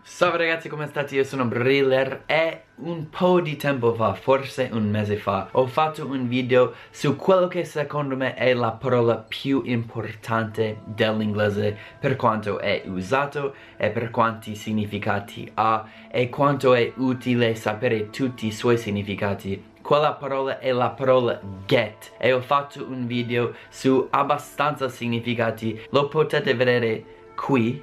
Salve ragazzi, come state? Io sono Briller e un po' di tempo fa, forse un mese fa, ho fatto un video su quello che secondo me è la parola più importante dell'inglese per quanto è usato e per quanti significati ha e quanto è utile sapere tutti i suoi significati. Quella parola è la parola get e ho fatto un video su abbastanza significati, lo potete vedere qui.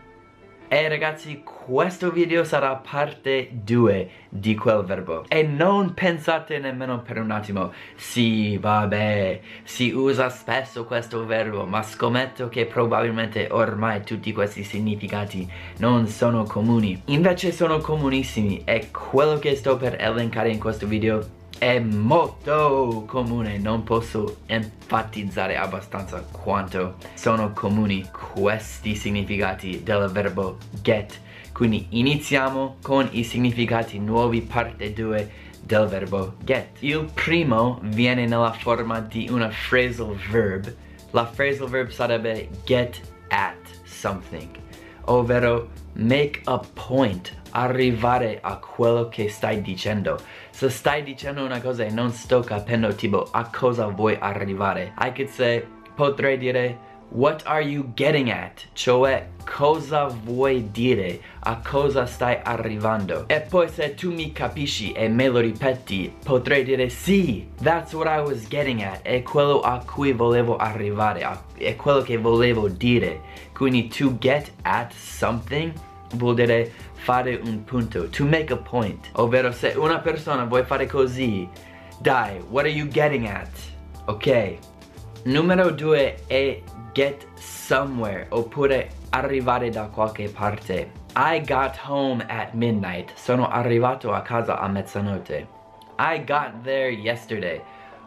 E ragazzi, questo video sarà parte 2 di quel verbo. E non pensate nemmeno per un attimo, sì, vabbè, si usa spesso questo verbo, ma scommetto che probabilmente ormai tutti questi significati non sono comuni. Invece sono comunissimi e quello che sto per elencare in questo video è molto comune, non posso enfatizzare abbastanza quanto sono comuni questi significati del verbo get. Quindi iniziamo con i significati nuovi, parte 2 del verbo get. Il primo viene nella forma di una phrasal verb. La phrasal verb sarebbe get at something, ovvero make a point, arrivare a quello che stai dicendo. Se stai dicendo una cosa e non sto capendo tipo a cosa vuoi arrivare, I could say, potrei dire what are you getting at? Cioè cosa vuoi dire, a cosa stai arrivando. E poi se tu mi capisci e me lo ripeti, potrei dire sì, that's what I was getting at, è quello a cui volevo arrivare, è quello che volevo dire. Quindi to get at something vuol dire fare un punto, to make a point, ovvero se una persona vuole fare così, dai, what are you getting at? Ok. Numero 2 è get somewhere, oppure arrivare da qualche parte. I got home at midnight, sono arrivato a casa a mezzanotte. I got there yesterday,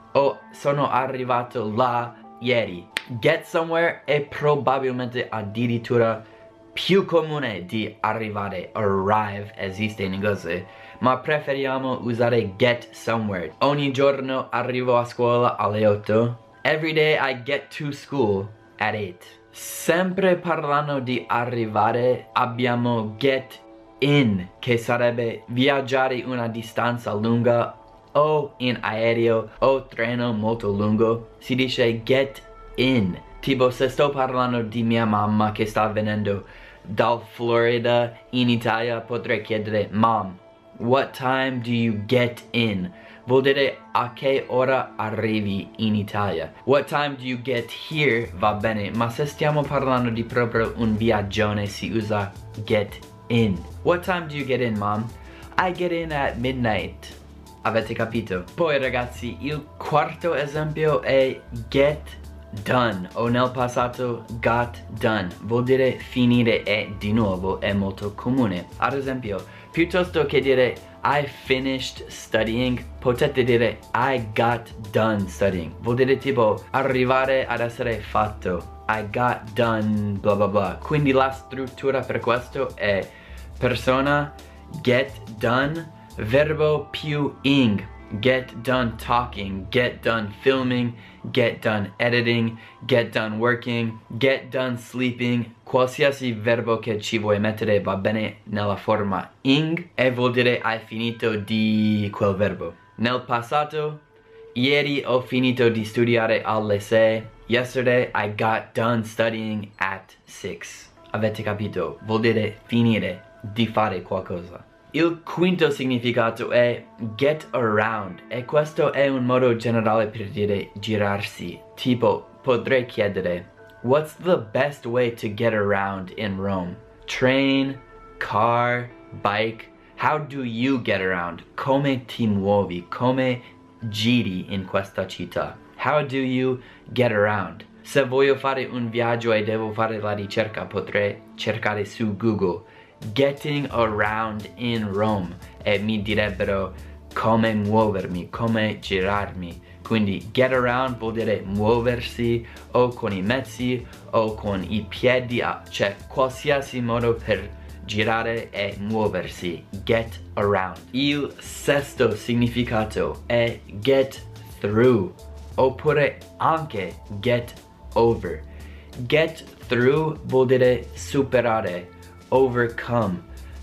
sono arrivato là ieri. Get somewhere è probabilmente addirittura più comune di arrivare, arrive esiste in inglese, ma preferiamo usare get somewhere. Ogni giorno arrivo a scuola alle 8. Every day I get to school at 8. Sempre parlando di arrivare, abbiamo get in, che sarebbe viaggiare una distanza lunga o in aereo o treno molto lungo. Si dice get in. Tipo se sto parlando di mia mamma che sta venendo dal Florida in Italia, potrei chiedere Mom, what time do you get in? Vuol dire a che ora arrivi in Italia. What time do you get here? Va bene, ma se stiamo parlando di proprio un viaggione si usa get in. What time do you get in, Mom? I get in at midnight. Avete capito? Poi ragazzi, il quarto esempio è get done, o nel passato got done, vuol dire finire e di nuovo è molto comune. Ad esempio, piuttosto che dire I finished studying, potete dire I got done studying. Vuol dire tipo arrivare ad essere fatto. I got done bla bla bla. Quindi la struttura per questo è persona, get done, verbo più ing. Get done talking, get done filming, get done editing, get done working, get done sleeping. Qualsiasi verbo che ci vuoi mettere va bene nella forma ing e vuol dire hai finito di quel verbo. Nel passato, ieri ho finito di studiare alle 6. Yesterday I got done studying at 6. Avete capito? Vuol dire finire di fare qualcosa. Il quinto significato è get around e questo è un modo generale per dire girarsi. Tipo, potrei chiedere what's the best way to get around in Rome? Train, car, bike. How do you get around? Come ti muovi? Come giri in questa città? How do you get around? Se voglio fare un viaggio e devo fare la ricerca, potrei cercare su Google getting around in Rome e mi direbbero come muovermi, come girarmi. Quindi get around vuol dire muoversi o con i mezzi o con i piedi, cioè qualsiasi modo per girare e muoversi. Get around. Il sesto significato è get through, oppure anche get over. Get through vuol dire superare, overcome.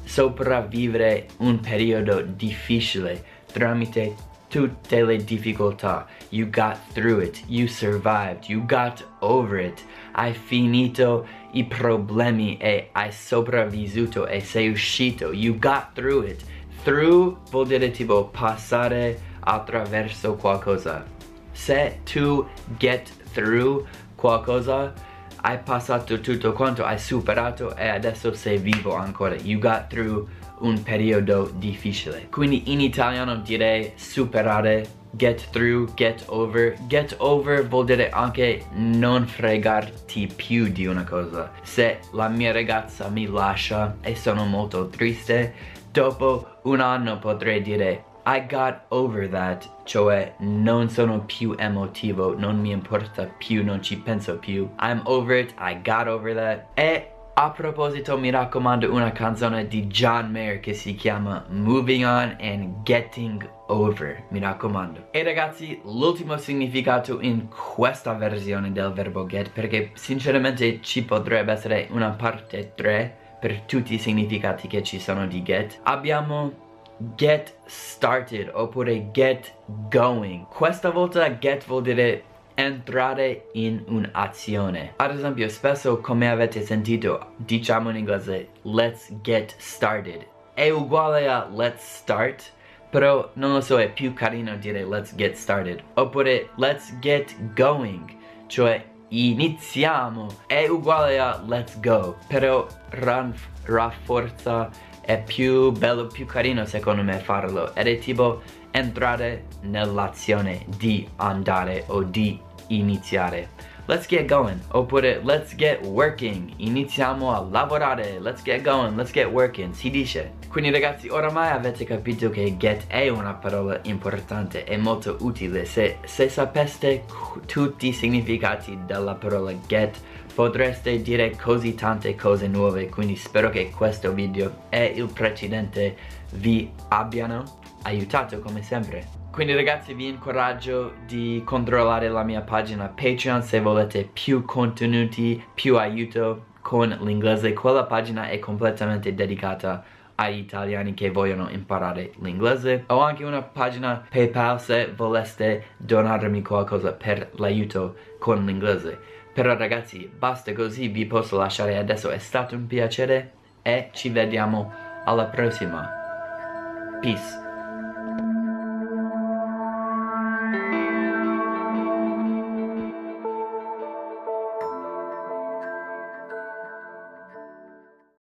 sopravvivere un periodo difficile tramite tutte le difficoltà. You got through it, you survived, you got over it. Hai finito i problemi e hai sopravvissuto e sei uscito. You got through it. Through vuol dire tipo passare attraverso qualcosa. Se tu get through qualcosa, hai passato tutto quanto, hai superato e adesso sei vivo ancora. You got through un periodo difficile. Quindi in italiano direi superare, get through, get over. Get over vuol dire anche non fregarti più di una cosa. Se la mia ragazza mi lascia e sono molto triste, dopo un anno potrei dire I got over that, cioè non sono più emotivo, non mi importa più, non ci penso più. I'm over it, I got over that. E a proposito mi raccomando una canzone di John Mayer che si chiama Moving On and Getting Over, mi raccomando. E ragazzi, l'ultimo significato in questa versione del verbo get, perché sinceramente ci potrebbe essere una parte 3 per tutti i significati che ci sono di get. Abbiamo get started oppure get going. Questa volta get vuol dire entrare in un'azione. Ad esempio, spesso come avete sentito diciamo in inglese let's get started. È uguale a let's start, però non lo so, è più carino dire let's get started. Oppure let's get going, cioè iniziamo. È uguale a let's go, però rafforza, è più bello, più carino secondo me farlo. Ed è tipo entrare nell'azione di andare o di iniziare. Let's get going. Oppure let's get working. Iniziamo a lavorare. Let's get going, let's get working. Si dice. Quindi ragazzi, oramai avete capito che get è una parola importante e molto utile. Se sapeste tutti i significati della parola get, potreste dire così tante cose nuove. Quindi spero che questo video e il precedente vi abbiano aiutato come sempre. Quindi ragazzi, vi incoraggio di controllare la mia pagina Patreon se volete più contenuti, più aiuto con l'inglese. Quella pagina è completamente dedicata agli italiani che vogliono imparare l'inglese. Ho anche una pagina PayPal se voleste donarmi qualcosa per l'aiuto con l'inglese. Però ragazzi, basta così, vi posso lasciare adesso. È stato un piacere e ci vediamo alla prossima. Peace.